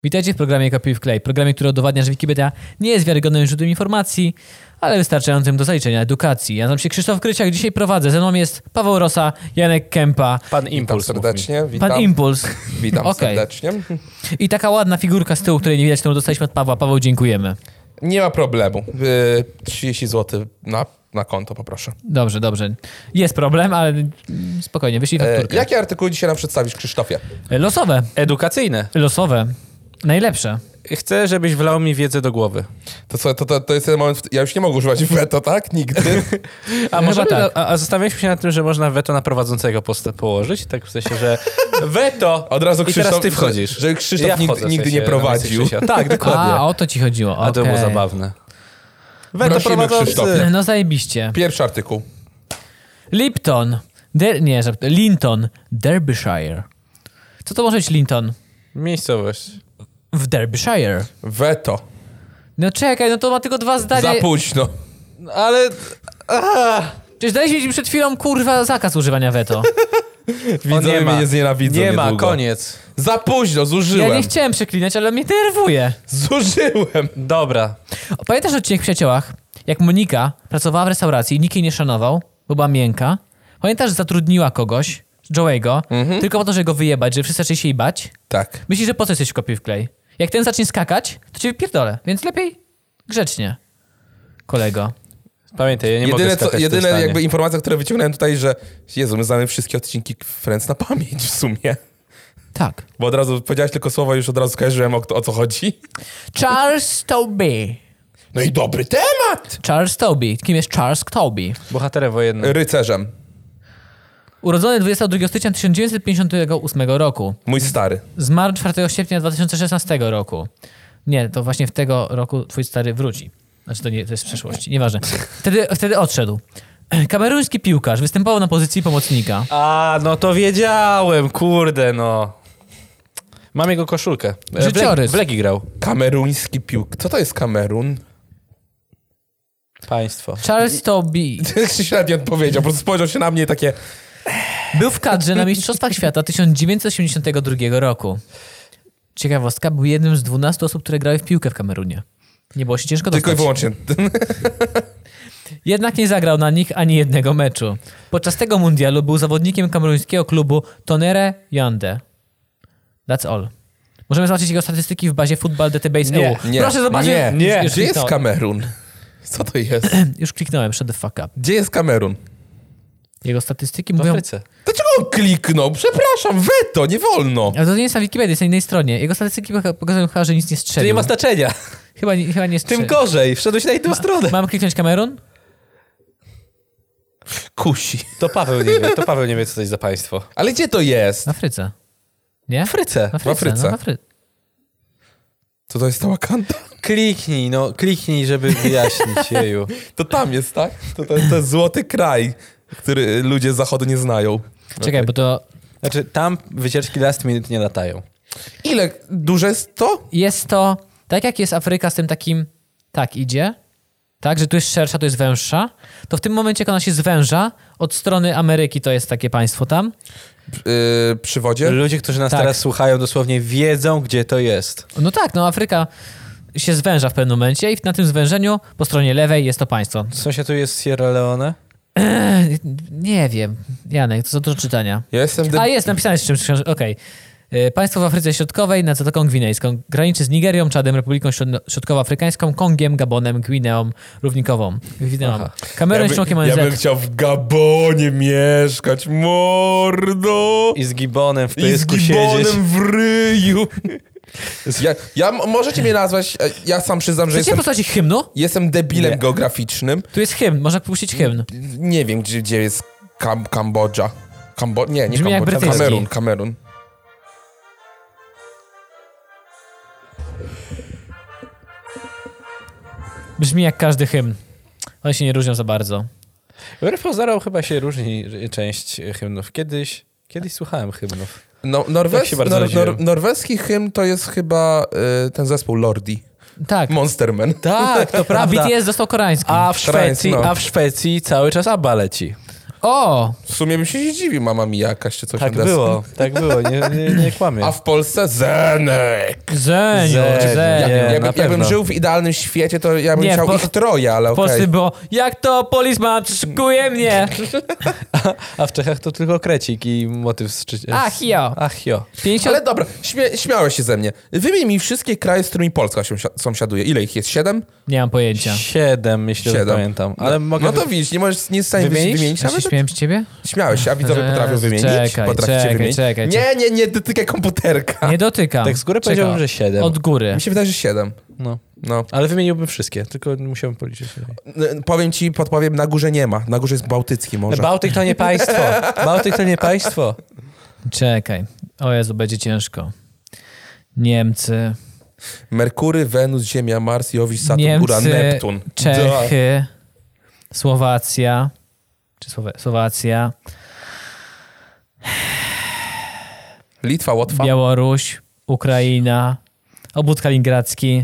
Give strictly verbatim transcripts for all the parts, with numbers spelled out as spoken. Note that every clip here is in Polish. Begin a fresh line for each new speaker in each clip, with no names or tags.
Witajcie w programie Kopiuj wklej, programie, który udowadnia, że Wikipedia nie jest wiarygodnym źródłem informacji, ale wystarczającym do zaliczenia edukacji. Ja nazywam się Krzysztof Kryciak, dzisiaj prowadzę. Ze mną jest Paweł Rosa, Janek Kępa.
Pan Impuls.
Witam serdecznie, witam.
Pan Impuls.
Witam
okay.
serdecznie.
I taka ładna figurka z tyłu, której nie widać, którą dostaliśmy od Pawła. Paweł, dziękujemy.
Nie ma problemu. Yy, trzydzieści złotych na, na konto, poproszę.
Dobrze, dobrze. Jest problem, ale spokojnie, wyślij fakturkę.
Yy, jakie artykuły dzisiaj nam przedstawisz, Krzysztofie?
Losowe.
Edukacyjne.
Losowe. Najlepsze.
Chcę, żebyś wlał mi wiedzę do głowy.
To co, to, to, to jest ten moment, ja już nie mogę używać weto, tak? Nigdy.
A może
tak.
a, a zastanawialiśmy się nad tym, że można weto na prowadzącego post- położyć? Tak w sensie, że weto
Od razu
i
Krzysztof,
teraz ty wchodzisz.
Że, że Krzysztof
Ja
nigdy,
wchodzę, w
nigdy
sensie,
nie prowadził.
Tak, dokładnie.
A, o to ci chodziło.
A to było
Okej.
zabawne. Weto
Prosimy,
prowadzący.
Krzysztofie.
No zajebiście.
Pierwszy artykuł.
Lipton. Der, nie, żart, Linton, Derbyshire. Co to może być Linton?
Miejscowość.
W Derbyshire.
Weto.
No czekaj, no to ma tylko dwa zdania.
Za późno.
Ale... A,
Przecież daliśmy ci przed chwilą, kurwa, zakaz używania weto.
Widzowie mnie nie znienawidzą
Nie ma,
niedługo.
koniec.
Za późno, zużyłem.
Ja nie chciałem przeklinać, ale mnie denerwuje.
Zużyłem.
Dobra.
O, pamiętasz odcinek w Przyjaciołach? Jak Monika pracowała w restauracji i nikt jej nie szanował, bo była miękka. Pamiętasz, że zatrudniła kogoś, Joey'ego,
Mhm.
tylko po to, żeby go wyjebać, żeby wszyscy zaczęli się jej bać?
Tak.
Myślisz, że po co jesteś w Kopiuj wklej? Jak ten zacznie skakać, to cię wypierdolę, więc lepiej grzecznie, kolego.
Pamiętaj, ja nie mogę
Jedyne, co,
skakać w tym
jedyne
stanie.
jakby informacja, które wyciągnąłem tutaj, że Jezu, my znamy wszystkie odcinki Friends na pamięć w sumie.
Tak.
Bo od razu powiedziałeś tylko słowa i już od razu skojarzyłem o, o co chodzi.
Charles Toby.
No i dobry temat!
Charles Toby. Kim jest Charles Toby?
Bohaterem wojennym.
Rycerzem.
Urodzony dwudziestego drugiego stycznia tysiąc dziewięćset pięćdziesiątego ósmego roku.
Mój stary.
Zmarł czwartego sierpnia dwa tysiące szesnastego roku. Nie, to właśnie w tego roku twój stary wróci. Znaczy to nie, to jest z przeszłości, nieważne. Wtedy, wtedy odszedł. Kameruński piłkarz występował na pozycji pomocnika.
A, no to wiedziałem, kurde, no. Mam jego koszulkę. E,
Życiorys.
W Legii grał.
Kameruński piłk. Co to jest Kamerun?
Państwo.
Charles Toby
Krzyś nawet nie odpowiedział, po prostu spojrzał się na mnie takie...
był w kadrze na Mistrzostwach Świata tysiąc dziewięćset osiemdziesiątego drugiego roku. Ciekawostka, był jednym z dwunastu osób, które grały w piłkę w Kamerunie. Nie było się ciężko
Tylko i
dostać.
wyłącznie.
Jednak nie zagrał na nich ani jednego meczu. Podczas tego mundialu był zawodnikiem kameruńskiego klubu Tonnerre Yaoundé. That's all. Możemy zobaczyć jego statystyki w bazie Football Database
Nie,
E U.
nie,
Proszę zobaczyć.
nie,
nie.
Już
Gdzie jest
kliknąłem.
Kamerun? Co to jest?
Już kliknąłem, shut the fuck up.
Gdzie jest Kamerun?
Jego statystyki
W
mówią...
Afryce.
Dlaczego on kliknął? Przepraszam, weto, nie wolno.
Ale to nie jest na Wikipedii, jest na innej stronie. Jego statystyki pokazują chyba, że nic nie
To
strzelił.
nie ma znaczenia.
Chyba, nie- chyba nie strzelił.
Tym gorzej. Wszedłeś na inną stronę.
Mam kliknąć Kamerun?
Kusi.
To Paweł nie wie, to Paweł nie wie, co to jest za państwo.
Ale gdzie to jest?
W Afryce. Nie?
W Afryce.
W Afryce.
Afryce.
No, w Afry...
Co to jest ta Wakanda?
Kliknij, no, kliknij, żeby wyjaśnić, jeju.
To tam jest, tak? To, to, to jest złoty kraj, który ludzie z zachodu nie znają.
Czekaj, bo to
Znaczy, tam wycieczki last minute nie latają.
Ile? Duże jest to?
jest to... Tak jak jest Afryka z tym takim... Tak, idzie. Tak, że tu jest szersza, tu jest węższa. To w tym momencie, jak ona się zwęża, od strony Ameryki to jest takie państwo tam.
Yy, przy wodzie?
Ludzie, którzy nas
Tak.
teraz słuchają, dosłownie wiedzą, gdzie to jest.
No tak, no Afryka się zwęża w pewnym momencie i na tym zwężeniu po stronie lewej jest to państwo.
Sąsiad tu jest Sierra Leone?
Eee, nie wiem, Janek, to za dużo czytania.
Ja jestem... De...
A jest, napisane z czymś, okej. E, Państwo w Afryce Środkowej nad Zatoką Gwinejską. Graniczy z Nigerią, Czadem, Republiką Środ- Środkowoafrykańską, Kongiem, Gabonem, Gwineą Równikową. Gwineą.
Aha.
Kamerun
ja,
jest
by,
członkiem O N
ja
Z.
bym chciał w Gabonie mieszkać, mordo!
I z gibonem w
I z
pysku siedzieć.
gibonem w ryju. Ja, ja, możecie mnie nazwać, e, ja sam przyznam, że
Chcecie
jestem,
posłuchać hymnu?
jestem debilem
Nie.
geograficznym.
Tu jest hymn, można puścić hymn.
Nie wiem, gdzie, gdzie jest Kam Kambodża. Kambo nie, nie
Brzmi jak
Kambodża,
brytyjski.
Kamerun, Kamerun.
Brzmi jak każdy hymn. One się nie różnią za bardzo.
Wbrew pozorom chyba się różni część hymnów. Kiedyś, kiedyś słuchałem hymnów.
No,
Tak
norwes
się bardzo
nor
nudziłem.
nor norweski hymn to jest chyba y, ten zespół Lordi.
Tak.
Monsterman.
Tak, to
A
prawda.
B T S został koreański.
A w Szwecji,
no.
a w Szwecji cały czas ABBA leci.
O!
W sumie bym się nie zdziwił, Mama Mia jakaś czy coś.
Tak
Anderson.
było, tak było, nie, nie, nie kłamię.
A w Polsce Zenek.
Zenior,
Zenior.
Zenior.
Nie,
Jakby,
na
jakbym
pewno.
żył w idealnym świecie, to ja bym
Nie,
chciał
po-
ich troje, ale
W
okej.
Polsce było, jak to polisman przeszukuje mnie.
A w Czechach to tylko krecik i motyw z... Czy...
Ach jo.
Ach jo.
pięćdziesiąt...
Ale dobra, śmie śmiałeś się ze mnie. Wymień mi wszystkie kraje, z którymi Polska się sąsiaduje. Ile ich jest? Siedem?
Nie mam pojęcia.
Siedem, jeśli dobrze
Siedem.
pamiętam. Ale mogę...
No to widzisz, nie możesz nie w stanie
Wymienić?
wymienić, wymienić
Ja się
nawet?
śmiałem z ciebie?
Śmiałeś się, a widzowie
Jezu,
potrafią wymienić?
czekaj,
Potraficie
czekaj,
wymienić?
czekaj,
Nie, nie, nie, dotykaj komputerka.
Nie dotykam.
Tak z góry
Czekaj.
powiedziałbym, że siedem.
Od góry.
Mi się wydaje, że siedem.
No.
No.
Ale wymieniłbym wszystkie, tylko musiałem policzyć.
N- Powiem ci, podpowiem, na górze nie ma. Na górze jest Bałtycki może.
Bałtyk to nie państwo. Bałtyk to nie państwo.
Czekaj. O Jezu, będzie ciężko. Niemcy,
Merkury, Wenus, Ziemia, Mars, Jowisz, Saturn,
Niemcy,
Góra, Neptun.
Czechy, Słowacja, czy Słowe- Słowacja,
Da. Litwa, Łotwa.
Białoruś, Ukraina, obwód kaliningradzki.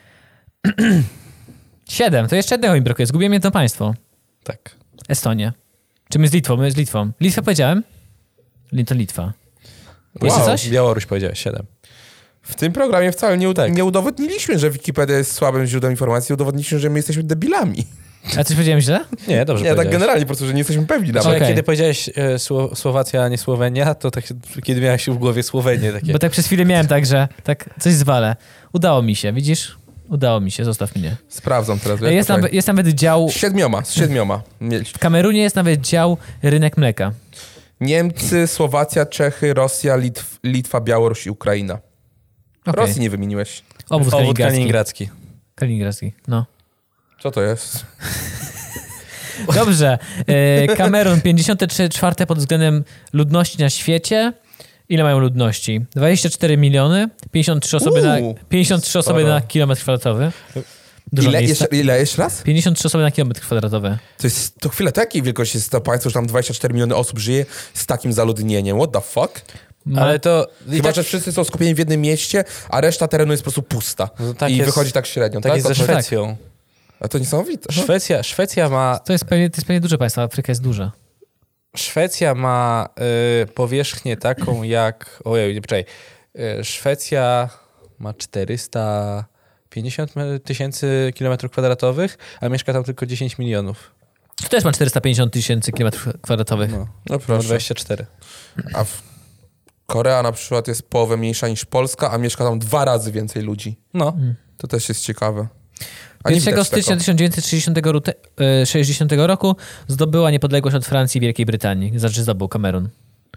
Siedem. To jeszcze jednego mi brakuje. Zgubiłem jedno państwo.
Tak.
Estonię. Czy my z Litwą? My z Litwą. Litwę powiedziałem? Li- To Litwa. Jeszcze
Wow.
coś?
Białoruś powiedziałeś siedem.
W tym programie wcale nie, ud-
Tak.
nie udowodniliśmy, że Wikipedia jest słabym źródłem informacji. Udowodniliśmy, że my jesteśmy debilami.
A coś powiedziałem źle?
Nie, dobrze
Nie, tak
powiedziałeś.
generalnie po prostu, że nie jesteśmy pewni nawet.
Ale
Okej.
kiedy powiedziałeś e, Sło- Słowacja, a nie Słowenia, to tak, kiedy miałeś w głowie Słowenię takie.
Bo tak przez chwilę miałem tak, że tak coś zwalę. Udało mi się, widzisz? Udało mi się, zostaw mnie.
Sprawdzam teraz.
Jest,
poczekaj.
nawet, jest nawet dział...
Z siedmioma, z siedmioma. Mieli-
W Kamerunie jest nawet dział rynek mleka.
Niemcy, Słowacja, Czechy, Rosja, Litw, Litwa, Białoruś i Ukraina.
Okay.
Rosji nie wymieniłeś.
Obwód
Obwód
kaliningradzki.
kaliningradzki.
Kaliningradzki, no.
Co to jest?
Dobrze. E, Kamerun pięćdziesiąte czwarte pod względem ludności na świecie. Ile mają ludności? dwadzieścia cztery miliony, pięćdziesiąt trzy osoby, na,
Uuu,
pięćdziesiąt trzy osoby
sporo.
na kilometr kwadratowy. Dużo
Ile
miejsca.
jeszcze, ile jeszcze raz?
pięćdziesiąt trzy osoby na kilometr kwadratowy.
To jest to chwilę takiej wielkości jest to państwo, że tam dwadzieścia cztery miliony osób żyje z takim zaludnieniem. What the fuck?
Ma-
Ale to... i
Chyba,
tak,
że wszyscy są skupieni w jednym mieście, a reszta terenu jest po prostu pusta.
No tak
I
jest-
wychodzi tak średnio.
tak
Tak,
jest ze
To-
Szwecją.
A to niesamowite.
Szwecja, Szwecja ma...
To jest pewnie, to jest pewnie duże państwo, Afryka jest duża.
Szwecja ma y, powierzchnię taką jak... Ojej, nie poczekaj. Y, Szwecja ma czterysta pięćdziesiąt tysięcy kilometrów kwadratowych, a mieszka tam tylko dziesięć milionów.
To też ma czterysta pięćdziesiąt tysięcy kilometrów kwadratowych.
No,
No
ma
proszę.
dwadzieścia cztery.
A w Korea na przykład jest połowę mniejsza niż Polska, a mieszka tam dwa razy więcej ludzi.
No.
To też jest ciekawe. A nie
pierwszego
widać
stycznia
tego.
tysiąc dziewięćset sześćdziesiątego rute- e, sześćdziesiątego roku zdobyła niepodległość od Francji i Wielkiej Brytanii. Znaczy zdobył Kamerun.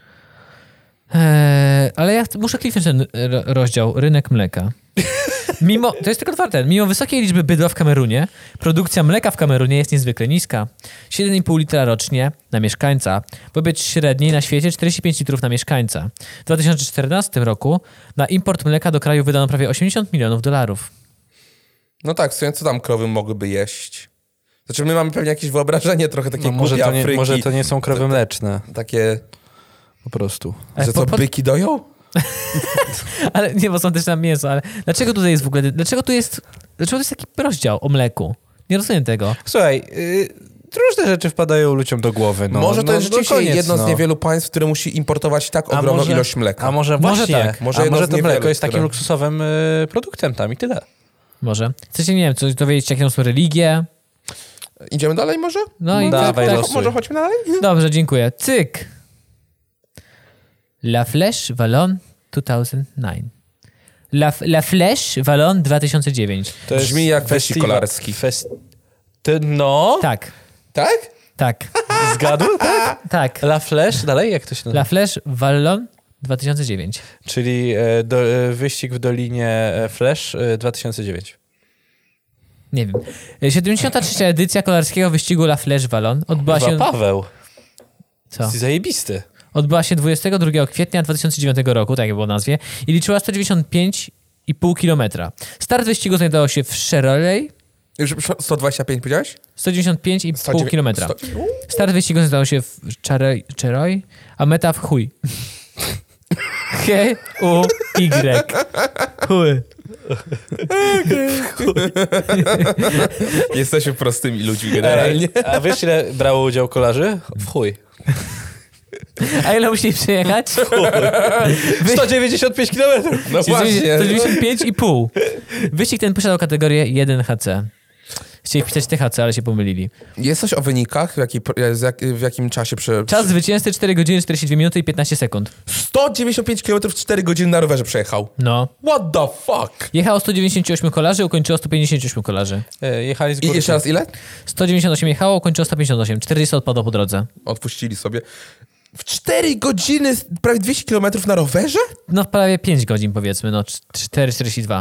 Eee, ale ja ch- muszę kliknąć ten ro- rozdział rynek mleka. Mimo, to jest tylko otwarte. Mimo wysokiej liczby bydła w Kamerunie, produkcja mleka w Kamerunie jest niezwykle niska. siedem i pół litra rocznie na mieszkańca, wobec średniej na świecie czterdzieści pięć litrów na mieszkańca. W dwa tysiące czternastym roku na import mleka do kraju wydano prawie osiemdziesiąt milionów dolarów.
No tak, w sumie co tam krowy mogłyby jeść? Znaczy my mamy pewnie jakieś wyobrażenie trochę takie
No, może,
głupie
to nie,
Afryki.
może to nie są krowy mleczne.
Takie,
Po prostu.
Ale
że
po-
co,
po-
byki doją?
Ale nie, bo są też tam mięso, ale dlaczego tutaj jest w ogóle, dlaczego tu jest, dlaczego to jest taki rozdział o mleku? Nie rozumiem tego.
Słuchaj, y, różne rzeczy wpadają ludziom do głowy. No,
może to
no,
jest
no
rzeczywiście
koniec,
jedno z
no.
niewielu państw, które musi importować tak
A
ogromną
może-
ilość mleka.
A może
Może
właśnie,
tak.
Może
a
jedno
może
z
to
niewielu,
mleko jest takim
które-
luksusowym y, produktem tam i tyle.
Może. Chcecie, nie wiem, coś dowiedzieć, jakie są religie?
Idziemy dalej może?
No i
Dawaj,
tak, tak.
losuj.
Może chodźmy dalej?
Dobrze, dziękuję. Cyk. La Flèche Wallonne dwa tysiące dziewięć. La, La Flèche Wallonne dwa tysiące dziewięć.
To jest
Brzmi jak wyścig
festiwal-
kolarski.
Fest... Ty, no,
Tak,
Tak?
tak,
zgadł? Tak.
tak.
La Flèche, dalej jak to się nazywa?
La Flèche Wallonne dwa tysiące dziewięć.
Czyli e, do, e, wyścig w Dolinie e, Flèche e, dwa tysiące dziewięć.
Nie wiem. siedemdziesiąta trzecia edycja kolarskiego wyścigu La Flèche Wallonne odbyła
Chyba
się...
Paweł.
Co?
Jesteś zajebisty.
Odbyła się dwudziestego drugiego kwietnia dwa tysiące dziewiątego roku, tak jak było w nazwie, i liczyła sto dziewięćdziesiąt pięć i pół kilometra. Start wyścigu znajdował się w Cheroley,
Już sto dwadzieścia pięć powiedziałeś?
sto dziewięćdziesiąt pięć i
sto
pół
dziewięć-
kilometra.
sto-
Start wyścigu znajdował się w Cheroley, Cheroley, a meta w chuj. H U Y. Chuj.
Jesteśmy prostymi ludźmi generalnie.
Ej, a wiesz ile brało udział kolarzy? W chuj.
A ile musieli przejechać?
sto dziewięćdziesiąt pięć kilometrów.
No właśnie.
sto dziewięćdziesiąt pięć i pół. Wyścig ten posiadał kategorię jeden H C. Chcieli wpisać T H C, ale się pomylili.
Jest coś o wynikach? W, jaki, z jak, w jakim czasie? Prze...
Czas zwycięzcy cztery godziny, czterdzieści dwie minuty i piętnaście sekund.
sto dziewięćdziesiąt pięć kilometrów, cztery godziny na rowerze przejechał.
No.
What the fuck?
Jechało sto dziewięćdziesiąt osiem kolarzy, ukończyło sto pięćdziesiąt osiem kolarzy.
E, jechali z
I
górki.
jeszcze raz ile?
sto dziewięćdziesiąt osiem jechało, ukończyło sto pięćdziesiąt osiem. czterdzieści odpadło po drodze.
Odpuścili sobie. W cztery godziny prawie dwieście kilometrów na rowerze?
No prawie pięć godzin powiedzmy, no cztery czterdzieści dwa.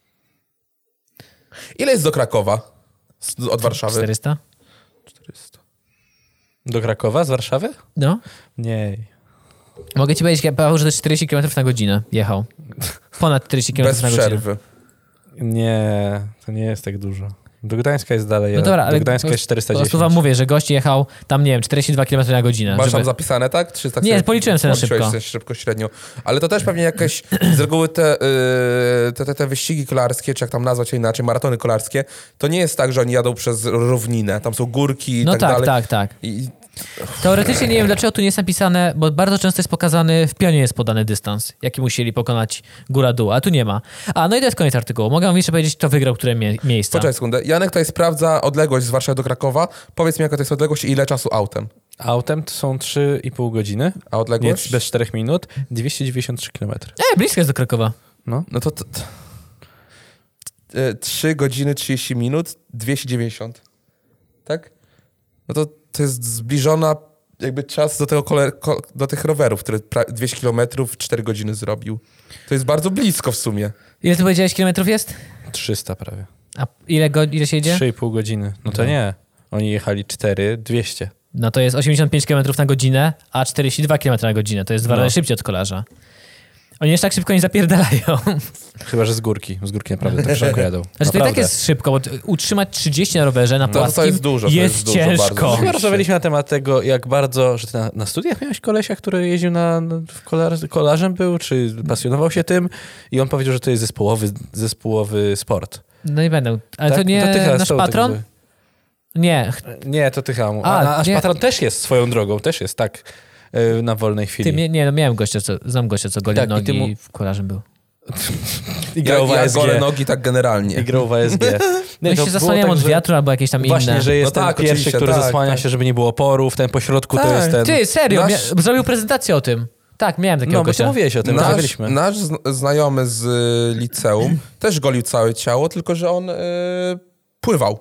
Ile jest do Krakowa? Z- Od Warszawy?
czterysta?
czterysta.
Do Krakowa z Warszawy?
No.
Nie.
Mogę ci powiedzieć, Paweł, że to jest czterdzieści kilometrów na godzinę jechał. Ponad czterdzieści
Bez
kilometrów na godzinę.
przerwy.
Nie, to nie jest tak dużo. Do Gdańska jest dalej.
No dobra, ale
do Gdańska
po,
jest czterysta
po
dziesięć.
prostu wam mówię, że gość jechał tam, nie wiem, czterdzieści dwa kilometry na godzinę.
Masz
żeby...
tam zapisane, tak? Czy tak
Nie,
sobie
policzyłem sobie na
policzyłeś
szybko.
sobie szybko, średnio. Ale to też pewnie jakieś, z reguły te, yy, te, te, te wyścigi kolarskie, czy jak tam nazwać je inaczej, maratony kolarskie, to nie jest tak, że oni jadą przez równinę. Tam są górki i
No
tak,
tak,
dalej.
tak, tak.
I
Teoretycznie nie wiem, dlaczego tu nie jest napisane, bo bardzo często jest pokazany, w pionie jest podany dystans, jaki musieli pokonać góra-dół, a tu nie ma. A, no i to jest koniec artykułu. Mogę wam jeszcze powiedzieć, kto wygrał które mie- miejsca.
Poczekaj sekundę. Janek tutaj sprawdza odległość z Warszawy do Krakowa. Powiedz mi, jaka to jest odległość i ile czasu autem.
Autem to są trzy i pół godziny.
A
Nie,
odległość?
bez czterech minut. dwieście dziewięćdziesiąt trzy kilometry.
E, blisko jest do Krakowa.
No.
No to... to, to e, trzy godziny trzydzieści minut, dwieście dziewięćdziesiąt. Tak? No to to jest zbliżona jakby czas do, tego kole, ko, do tych rowerów, które pra, dwieście kilometrów, cztery godziny zrobił. To jest bardzo blisko w sumie.
Ile ty powiedziałeś kilometrów jest?
trzysta prawie.
A ile, go, ile się jedzie?
trzy i pół godziny. No to nie. Oni jechali cztery, dwieście.
No to jest osiemdziesiąt pięć kilometrów na godzinę, a czterdzieści dwa kilometry na godzinę. To jest dwa
No.
razy szybciej od kolarza. Oni jeszcze tak szybko nie zapierdalają.
Chyba, że z górki. Z górki naprawdę tak szybko jadą.
Znaczy to i tak jest szybko, bo t- utrzymać trzydzieści na rowerze, na
to
płaskim,
jest dużo, to
jest
jest dużo,
ciężko.
bardzo.
Chyba rozmawialiśmy na temat tego, jak bardzo, że ty na, na studiach miałeś kolesia, który jeździł na, na w kolar, kolarzem był, czy pasjonował się tym i on powiedział, że to jest zespołowy, zespołowy sport.
No nie będę. Ale
Tak?
to nie
To ty chyba z
nasz
tobą
patron?
tak
Nie.
Nie, to ty hamu.
A,
A, a nasz
nie.
patron też jest swoją drogą, też jest tak yy, na wolnej chwili.
Ty, nie, nie, no miałem gościa, co, znam gościa, co golił
Tak, i
nogi
ty mu-
i w kolarzem był.
I
Ja,
grał w
ja
A S G.
golę nogi tak generalnie.
I grał w A S G.
No
Nie,
i
to
się
było
zasłaniam
tak,
od
że-
wiatru albo jakieś tam
Właśnie,
inne.
że jest
No
ten
tak,
pierwszy,
oczywiście,
który
tak,
zasłania
tak.
się, żeby nie było oporów, ten pośrodku to
Tak.
jest ten...
Ty, serio,
Nasz-
mia- zrobił prezentację o tym. Tak, miałem takiego
No, bo
gościa.
ty mówiłeś o tym,
Nasz,
rozmawialiśmy.
nasz zna- znajomy z y, liceum też golił całe ciało, tylko że on y, pływał.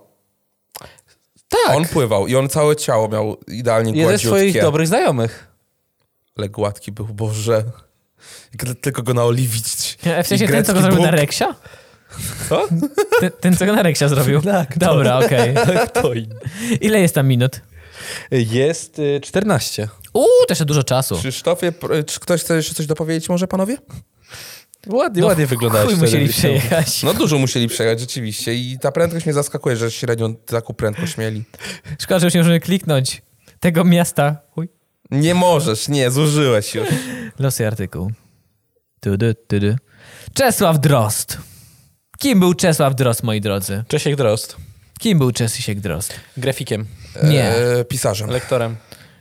Tak,
On pływał i on całe ciało miał idealnie
jeden z
gładziutkie.
swoich dobrych znajomych.
Ale gładki był, Boże. Jak tylko go naoliwić.
W sensie
I
ten, co go
grecki
zrobił
Bóg.
na Reksia?
Co?
Ten, ten co go na Reksia zrobił?
Tak,
Dobra, okej.
To inny.
Ile jest tam minut?
Jest y, czternaście.
Uuu, to jeszcze dużo czasu.
Krzysztofie, pr- czy ktoś chce jeszcze coś dopowiedzieć może, panowie?
Ładnie,
No,
ładnie wyglądałeś.
Chuj
wtedy.
musieli przejechać.
No dużo musieli przejechać, rzeczywiście. I ta prędkość mnie zaskakuje, że średnio taką prędkość mieli.
Szkoda, że już nie możemy kliknąć tego miasta. Chuj.
Nie możesz, nie, zużyłeś już.
Losy artykuł. Tudu, tudu. Czesław Drozd. Kim był Czesław Drozd, moi drodzy?
Czesiek Drozd.
Kim był Czesiek Drozd?
Grafikiem.
Nie.
E, pisarzem.
Lektorem.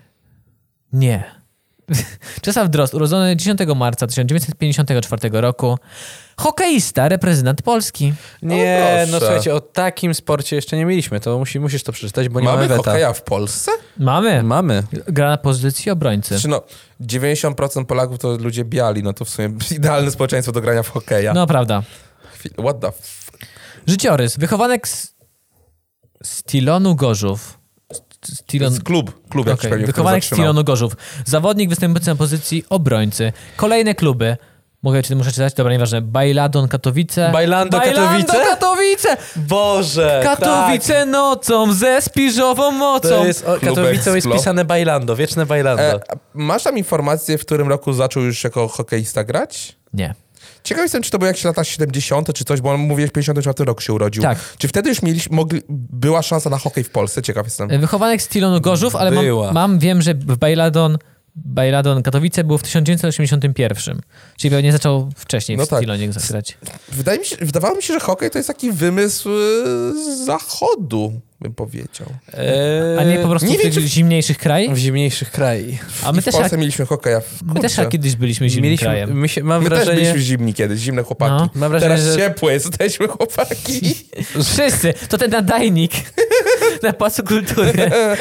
Nie. Czesław Drozd, urodzony dziesiątego marca tysiąc dziewięćset pięćdziesiątego czwartego roku. Hokeista, reprezentant Polski.
Nie,
proszę.
no słuchajcie, o takim sporcie jeszcze nie mieliśmy. To musi, musisz to przeczytać, bo nie mamy,
Mamy
weta.
hokeja w Polsce?
Mamy.
Mamy.
Gra na pozycji obrońcy.
Znaczy no, dziewięćdziesiąt procent Polaków to ludzie biali, no to w sumie idealne społeczeństwo do grania w hokeja.
No, prawda.
Chwil- What the f...
Życiorys. Wychowanek z Stilonu Gorzów.
To
Stilon...
jest klub, klub jak
Okay.
pewnie w którym
Wychowanek z
zatrzymał.
Stilonu Gorzów. Zawodnik występujący na pozycji obrońcy. Kolejne kluby. Mogę, czy muszę czytać? Dobra, nieważne. Bajladon Katowice.
Bajlando Katowice?
Bajlando Katowice!
Boże!
Katowice nocą ze spiżową mocą.
Tak. To jest, o, Katowice jest
Klub.
pisane Bajlando, wieczne Bajlando.
E, a masz tam informację, w którym roku zaczął już jako hokeista grać?
Nie.
Ciekaw jestem, czy to były jakieś lata siedemdziesiąte czy coś, bo on mówiłeś w pięćdziesiątym czwartym roku się urodził.
Tak.
Czy wtedy już mieliśmy, mogli, była szansa na hokej w Polsce? Ciekaw jestem.
Wychowanek z Stilonu Gorzów, ale mam,
Była.
mam, wiem, że w Bajladon Bajradon Katowice było w tysiąc dziewięćset osiemdziesiątym pierwszym. Czyli pewnie zaczął wcześniej
No
w
tak.
Stilonie zagrać.
Wydaje mi się, wydawało mi się, że hokej to jest taki wymysł e, z zachodu, bym powiedział.
Eee,
A nie po prostu
nie
w
wiem,
tych
czy-
zimniejszych krajach?
w zimniejszych krajach.
A my
w
też,
Polsce
jak,
mieliśmy hokeja w
my też
kurczę.
jak kiedyś byliśmy zimnym
Mieliśmy,
krajem.
my się, mam
My też
wrażenie...
byliśmy zimni kiedyś, zimne chłopaki.
No.
Mam wrażenie,
Teraz
że...
ciepło jest, jesteśmy chłopaki.
Wszyscy! To ten nadajnik na Pałacu Kultury.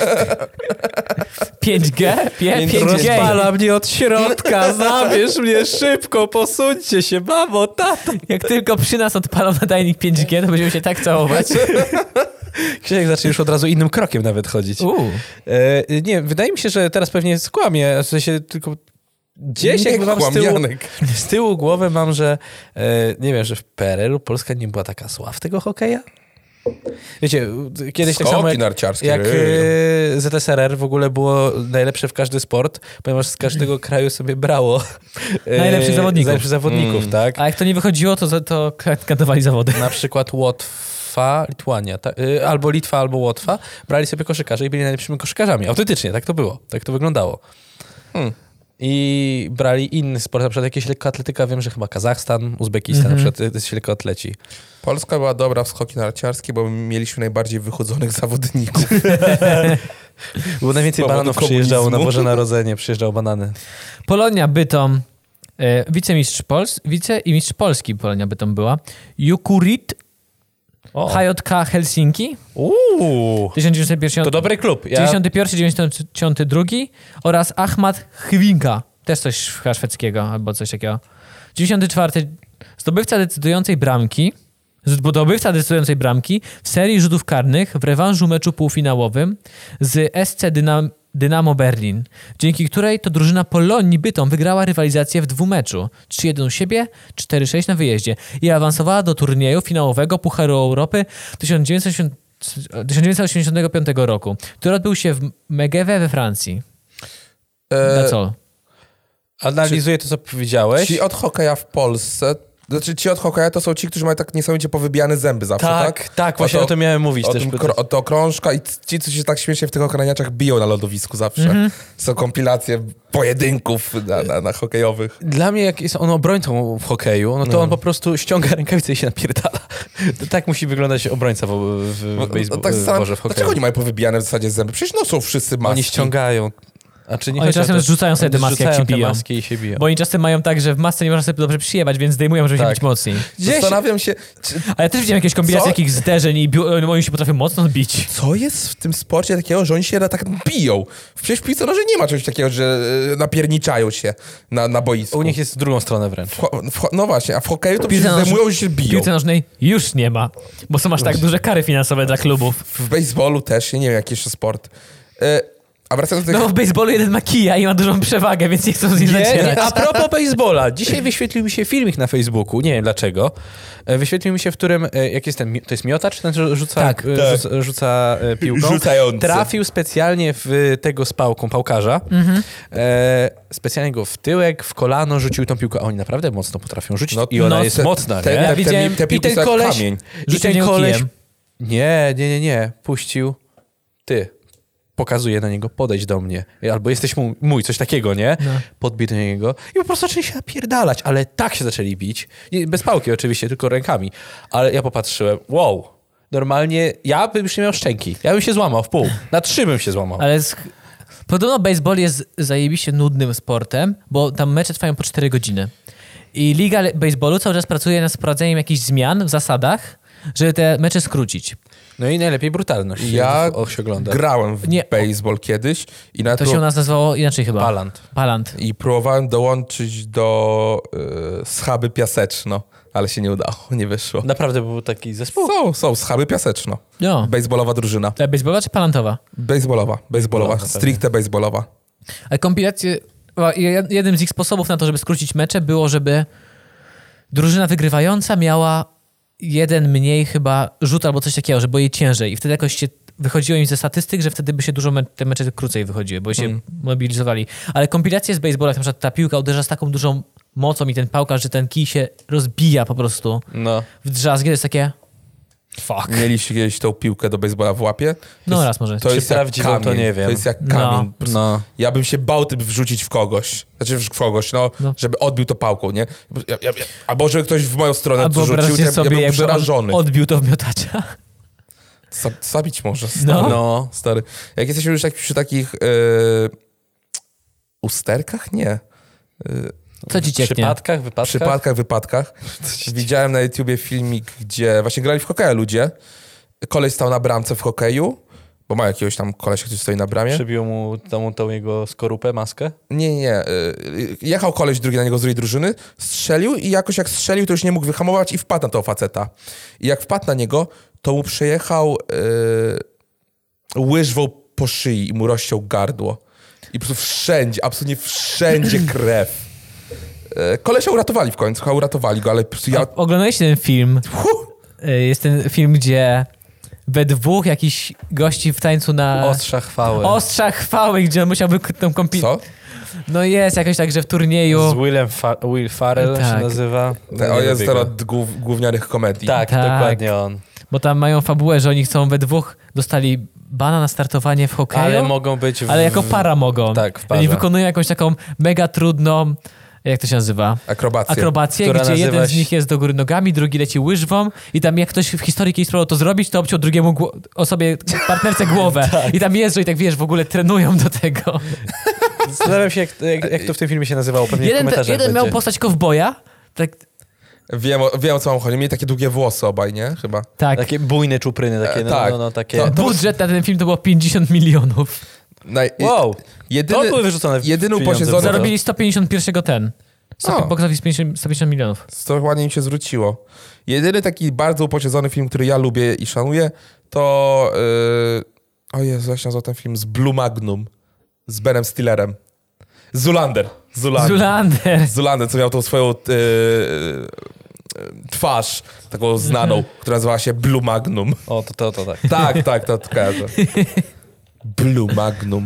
pięć G? pięć G?
Rozpala mnie od środka, zabierz mnie szybko, posuńcie się, mamo, tato.
Jak tylko przy nas odpalą nadajnik pięć G, to będziemy się tak całować.
Krzysiek zacznie już od razu innym krokiem nawet chodzić.
Uuu.
E, nie, wydaje mi się, że teraz pewnie skłamie, w sensie tylko gdzieś
Nie
jakby mam z
kłam,
tyłu,
Janek.
z tyłu głowy mam, że e, nie wiem, że w P R L-u Polska nie była taka sław tego hokeja. Wiecie, kiedyś tak samo
Skoki
jak,
narciarskie.
jak e, Z S R R w ogóle było najlepsze w każdy sport, ponieważ z każdego kraju sobie brało e,
Najlepszych zawodników.
najlepszych zawodników,
Mm.
tak?
A jak to nie wychodziło, to, za- to kandydowali zawody.
Na przykład Łotwa, Litwania, ta, y, albo Litwa, albo Łotwa, brali sobie koszykarze i byli najlepszymi koszykarzami. Autentycznie, tak to było, tak to wyglądało.
Hmm.
I brali inny sport, na przykład jakieś lekkoatletyka, wiem, że chyba Kazachstan, Uzbekistan,
Mhm.
na przykład to jest lekkoatleci.
Polska była dobra w skoki narciarskie, bo mieliśmy najbardziej wychudzonych zawodników.
Było najwięcej
Z powodu
bananów przyjeżdżało na
komunizmu.
Boże Narodzenie, przyjeżdżało banany.
Polonia Bytom, e, wicemistrz Pols, wice i mistrz Polski Polonia Bytom była. Jukurit,
O.
H J K Helsinki,
Uuu,
tysiąc dziewięćset pięćdziesiąty
to dobry klub. Ja,
dziewięćdziesiąty pierwszy dziewięćdziesiąty drugi oraz Ahmad Chwinka, też coś chyba szwedzkiego albo coś takiego. dziewięćdziesiąty czwarty zdobywca decydującej bramki, zdobywca decydującej bramki w serii rzutów karnych w rewanżu meczu półfinałowym z S C Dynam Dynamo Berlin, dzięki której to drużyna Polonii Bytom wygrała rywalizację w dwumeczu trzy jeden u siebie, cztery sześć na wyjeździe i awansowała do turnieju finałowego Pucharu Europy tysiąc dziewięćset osiemdziesiątego piątego roku, który odbył się w Megève we Francji. Na
E,
co?
analizuję to, co powiedziałeś.
ci od hokeja w Polsce, znaczy ci od hokeja to są ci, którzy mają tak niesamowicie powybijane zęby zawsze, tak?
Tak, tak, właśnie
O
o,
to-
to miałem mówić
O
też.
tym kro, o to krążka i ci, co się tak śmiesznie w tych okraniaczach biją na lodowisku zawsze.
Mhm.
Są kompilacje pojedynków na, na, na hokejowych.
Dla mnie, jak jest on obrońcą w hokeju, no to
No.
on po prostu ściąga rękawice i się napierdala. To tak musi wyglądać obrońca w, w,
No,
w, baseball,
tak
w,
sam,
Boże, w hokeju.
dlaczego oni mają powybijane w zasadzie zęby? Przecież noszą wszyscy maski.
Oni ściągają. A czy nie
Oni
chodzi o
czasem
to-
zrzucają sobie te
oni
maski, jak się
zrzucają te
biją.
maski i się biją.
Bo oni czasem mają tak, że w masce nie można sobie dobrze przyjebać, więc zdejmują, żeby się
Tak.
bić mocniej.
Zastanawiam się, czy,
A ja też widziałem jakieś kombinacje
Co?
jakichś zderzeń i biu- oni się potrafią mocno bić.
co jest w tym sporcie takiego, że oni się tak biją? Przecież w piłce nożnej nie ma czegoś takiego, że e, napierniczają się na, na boisku.
U nich jest w drugą stronę wręcz.
W, ho- w, ho- no właśnie, a w hokeju to
Piłce
przecież
nożnej-
zajmują się
W
biją.
piłce nożnej już nie ma, bo są aż tak duże kary finansowe dla klubów.
W baseballu też, ja nie wiem, jaki jeszcze sport. E, a wracając do tych...
No bo w baseballu jeden ma kija i ma dużą przewagę, więc nie chcą z nim
Nie,
zacierać.
nie, a propos baseballa. Dzisiaj wyświetlił mi się filmik na Facebooku, nie wiem dlaczego. E, Wyświetlił mi się, w którym, e, jak jest ten, mi- to jest miotacz, ten że rzuca,
Tak.
e,
Tak.
rzuca, rzuca e, piłką.
Rzucający.
Trafił specjalnie w tego z pałką, pałkarza.
Mhm.
E, specjalnie go w tyłek, w kolano rzucił tą piłkę. A oni naprawdę mocno potrafią rzucić
No,
i ona
no,
jest
te-
mocna,
te-
nie?
te-
Ja
te-
widziałem-
te
I
piłki
ten
są jak
koleś,
kamień.
i
Rzucił
ten
nią
koleś...
kijem.
Nie, nie, nie, nie. Puścił. Ty. Pokazuje na niego, podejdź do mnie. Albo jesteś mój, mój coś takiego, nie?
No.
Podbij do niego. I po prostu zaczęli się napierdalać, ale tak się zaczęli bić. Nie, bez pałki oczywiście, tylko rękami. Ale ja popatrzyłem, wow. Normalnie ja bym już nie miał szczęki. Ja bym się złamał w pół. Na trzy bym się złamał.
Ale z... podobno baseball jest zajebiście nudnym sportem, bo tam mecze trwają po cztery godziny. I liga le- baseballu cały czas pracuje nad wprowadzeniem jakichś zmian w zasadach, żeby te mecze skrócić.
No i najlepiej brutalność.
Ja
Och, się ogląda.
grałem w
Nie.
baseball kiedyś i nawet
To się u nas nazywało inaczej chyba.
Palant.
Palant.
i próbowałem dołączyć do y, Schaby Piaseczno, ale się nie udało, nie wyszło.
Naprawdę był taki zespół.
Są, są, Schaby Piaseczno.
No.
Baseballowa drużyna.
Ta baseballowa czy palantowa?
Baseballowa, baseballowa,
Baseballowa,
stricte baseballowa.
Ale kompilacje... o, je- Jednym z ich sposobów na to, żeby skrócić mecze było, żeby drużyna wygrywająca miała jeden mniej chyba rzut albo coś takiego, że było jej ciężej. I wtedy jakoś się wychodziło im ze statystyk, że wtedy by się dużo me- te mecze krócej wychodziły, bo się
Mm.
mobilizowali. Ale kompilacje z baseballa, jak na przykład ta piłka uderza z taką dużą mocą i ten pałkarz, że ten kij się rozbija po prostu
No.
w drzazgi, to jest takie... Fuck.
Mieliście kiedyś tą piłkę do baseballa w łapie? To
No
jest,
raz może.
To
Czy
jest jak
prawdziwą,
kamień.
to nie wiem.
To jest jak
No.
kamień. Po prostu
No.
Ja bym się bał tym wrzucić w kogoś. Znaczy w kogoś, no,
No.
żeby odbił to pałką, nie? Ja, ja, ja, albo żeby ktoś w moją stronę
Albo
to rzucił,
wyobraźcie
ja, ja
sobie,
bym
jakby on
przerażony.
odbił to w miotacza.
Za- Zabić może, stary.
No.
No.
Stary. Jak jesteśmy już tak, przy takich yy, usterkach? Nie. Yy,
Co ci
W
cieknie?
przypadkach, wypadkach?
przypadkach, wypadkach. Widziałem na YouTubie filmik, gdzie właśnie grali w hokeja ludzie. Koleś stał na bramce w hokeju, bo ma jakiegoś tam kolesia, który stoi na bramie.
Przybił mu tą, tą jego skorupę, maskę?
Nie, nie, nie. Y, Jechał koleś drugi na niego z drugiej drużyny, strzelił i jakoś jak strzelił, to już nie mógł wyhamować i wpadł na tego faceta. I jak wpadł na niego, to mu przejechał yy, łyżwą po szyi i mu rozciął gardło. I po prostu wszędzie, absolutnie wszędzie krew. Yy, kolesia uratowali w końcu, chyba uratowali go, ale po prostu ja...
A oglądaliście ten film?
Huh!
Y, Jest ten film, gdzie we dwóch jakiś gości w tańcu na
Ostrza chwały.
ostrzach chwały, gdzie on musiałby k- tą kompi...
Co?
No jest jakoś tak, że w
Z
turnieju...
Willem Fa- Will Farrell
Tak.
się nazywa.
Te,
No,
o,
nie
jest
lubię
ten
go.
od głów, głównianych komedii.
Tak,
Tak.
dokładnie on.
Bo tam mają fabułę, że oni chcą we dwóch, dostali bana na startowanie w hokeju,
Ale
ale,
mogą być w...
jako para mogą.
Tak, w parze.
Oni wykonują jakąś taką mega trudną, jak to się nazywa?
Akrobacja.
Akrobację,
Która
gdzie
nazywa
jeden z
się-
nich jest do góry nogami, drugi leci łyżwą i tam jak ktoś w historii kiedyś spróbował to zrobić, to obciął drugiemu gło- osobie, partnerce głowę. I tam jeżdżą i tak wiesz, w ogóle trenują do tego.
Zastanawiam się, jak, jak, jak to w tym filmie się nazywało. Pewnie w
Jeden,
komentarzach
jeden miał
będzie.
postać kowboja, tak,
Wiem, o- wiem o co mam chodzi. Mieli takie długie włosy obaj, nie? Chyba.
tak.
Takie bujne czupryny, takie,
E,
no,
tak.
no, no, takie...
To-
Budżet na ten film to było pięćdziesiąt milionów.
Naj,
Wow,
jedyny,
to były wyrzucone
jedyny
pieniądze
upośledzony-
w to.
Zarobili sto pięćdziesiąt jeden ten.
O.
Sto, box office pięćdziesiąt, sto pięćdziesiąt milionów.
To ładnie mi się zwróciło. Jedyny taki bardzo upośledzony film, który ja lubię i szanuję, to... Yy... O Jezu, jak się nazywał ten film? Z Blue Magnum. Z Benem Stillerem. Zulander. Zulander.
Zulander.
Zulander, co miał tą swoją yy, yy, twarz, taką znaną, która nazywała się Blue Magnum.
O, to, to, to tak.
Tak, tak, to kojarzę. Blue Magnum.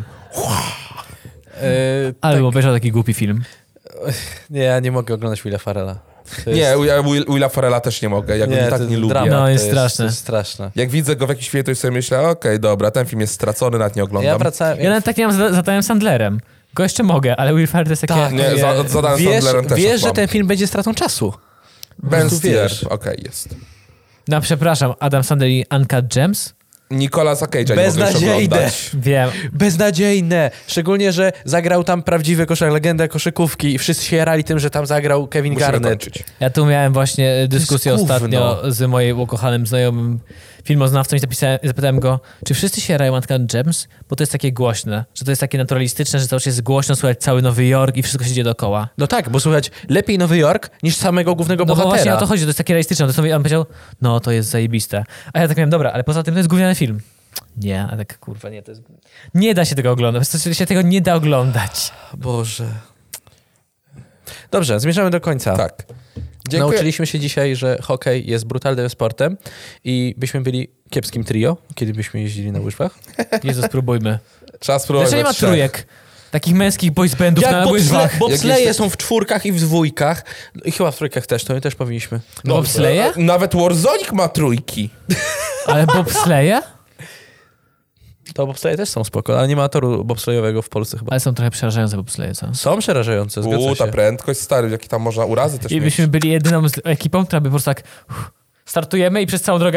E,
Ale bym obejrzał taki głupi film.
nie, ja nie mogę oglądać Willa Farrella. To jest-
Nie, ja Will, Willa Farrella też nie mogę, ja go
nie,
tak
to
nie lubię.
dramat,
No, jest
to
straszne.
To jest straszne.
Jak widzę go w jakimś filmie, to już sobie myślę, okej, dobra, ten film jest stracony, nawet nie oglądam.
Ja wracałem...
Ja nawet tak nie mam z Zadajem Sandlerem. Go jeszcze mogę, ale Will Ferrell to jest takie...
Tak,
Nie, za, za Adam
Wiesz,
Sandlerem też
wiesz że
mam.
ten film będzie stratą czasu.
Ben
prostu
Stiller,
wiesz.
okej, jest.
No przepraszam, Adam Sandler i Uncut Gems?
Nicolasa Cage'a nie mogę już
Beznadziejne.
oglądać.
Wiem.
Beznadziejne. Szczególnie, że zagrał tam prawdziwy koszar, legendę koszykówki i wszyscy się jarali tym, że tam zagrał Kevin
Musimy
Garnett.
kończyć.
Ja tu miałem właśnie dyskusję
jest gówno.
ostatnio z moim ukochanym znajomym filmoznawcą i zapisałem, zapytałem go, czy wszyscy się jarają Uncut Gems? Bo to jest takie głośne, że to jest takie naturalistyczne, że cały czas jest głośno, słychać cały Nowy Jork i wszystko się dzieje dookoła.
No tak, bo słuchać, lepiej Nowy Jork niż samego głównego
No bo
bohatera.
właśnie o to chodzi, to jest takie realistyczne. To sobie on powiedział, no to jest zajebiste. A ja tak miałem, dobra, ale poza tym to jest gówniany film. Nie, a tak kurwa, nie, to jest... Nie da się tego oglądać, to się tego nie da oglądać.
Boże. Dobrze, zmierzamy do końca.
Tak. Dziękuję.
Nauczyliśmy się dzisiaj, że hokej jest brutalnym sportem i byśmy byli kiepskim trio, kiedy byśmy jeździli na łyżwach.
Jezu, spróbujmy.
Trzeba spróbować.
Dlaczego nie ma
we trzech.
trójek? Takich męskich boys bandów na łyżwach.
bobsleje
Jakieś-
są w czwórkach i w dwójkach. I chyba w trójkach też, to my też powinniśmy.
No, bobsleje?
E, Nawet Warzonic ma trójki.
Ale bobsleje?
To bobsleje też są spoko, ale nie ma toru bobslejowego w Polsce chyba.
Ale są trochę przerażające bobsleje, co?
Są przerażające, zgadza
U, ta
się.
prędkość, stary, jakie tam można urazy też
I
mieć.
byśmy byli jedyną z- ekipą, która by po prostu tak uff, startujemy i przez całą drogę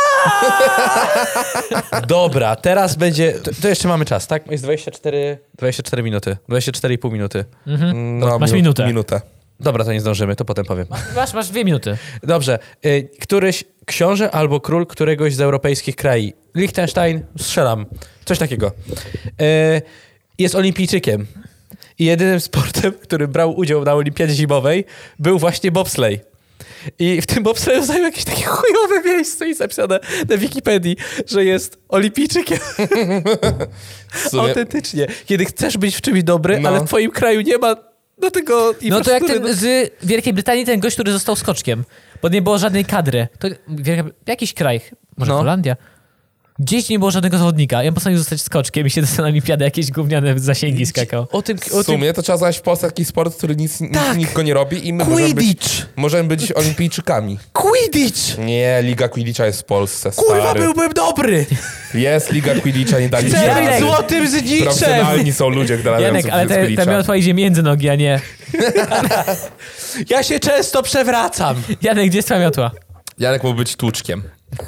Dobra, teraz będzie... To, to jeszcze mamy czas, tak? Jest dwadzieścia cztery, dwadzieścia cztery minuty. dwadzieścia cztery i pół minuty.
No,
Masz
minu-
minutę.
minutę.
Dobra, to nie zdążymy, to potem powiem.
masz, masz dwie minuty.
Dobrze. Y, któryś książę albo król któregoś z europejskich krajów. Liechtenstein, strzelam. Coś takiego. Y, jest olimpijczykiem. I jedynym sportem, który brał udział na olimpiadzie zimowej, był właśnie bobslej. I w tym bobsleju zajął jakieś takie chujowe miejsce i zapisane na Wikipedii, że jest olimpijczykiem.
W sumie-
Autentycznie. Kiedy chcesz być w czymś dobry,
No.
ale w twoim kraju nie ma do tego
No to jak
infrastruktury.
ten z Wielkiej Brytanii, ten gość, który został skoczkiem, bo nie było żadnej kadry. To Wielka, jakiś kraj, może
No.
Holandia. Gdzieś nie było żadnego zawodnika. Ja postanowił zostać skoczkiem i się dostał na olimpiadę jakieś gówniane zasięgi skakał.
O tym,
W
o tym
sumie to trzeba znaleźć w Polsce taki sport, który nic, nic,
Tak.
nikt go nie robi i my możemy być,
Quidditch!
możemy być olimpijczykami.
Quidditch!
Nie, Liga Quidditcha jest w Polsce, stary.
Kurwa, byłbym dobry!
Jest Liga Quidditcha, nie dali się
Chcę
Janek.
być
rady.
złotym zniczem!
Profesjonalni są ludzie, grający
Janek, ale
w
te, te
Quidditcha.
miotła idzie między nogi, a nie...
Ja się często przewracam.
Janek, gdzie jest twoja miotła?
Janek mógł być tłuczkiem.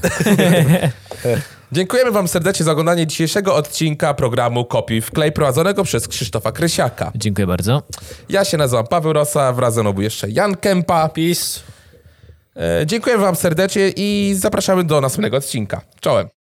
Dziękujemy wam serdecznie za oglądanie dzisiejszego odcinka programu Kopiuj Wklej prowadzonego przez Krzysztofa Krysiaka.
Dziękuję bardzo.
Ja się nazywam Paweł Rosa, wraz ze mną był jeszcze Jan Kępa.
Peace.
E, dziękujemy wam serdecznie i zapraszamy do następnego odcinka. Czołem.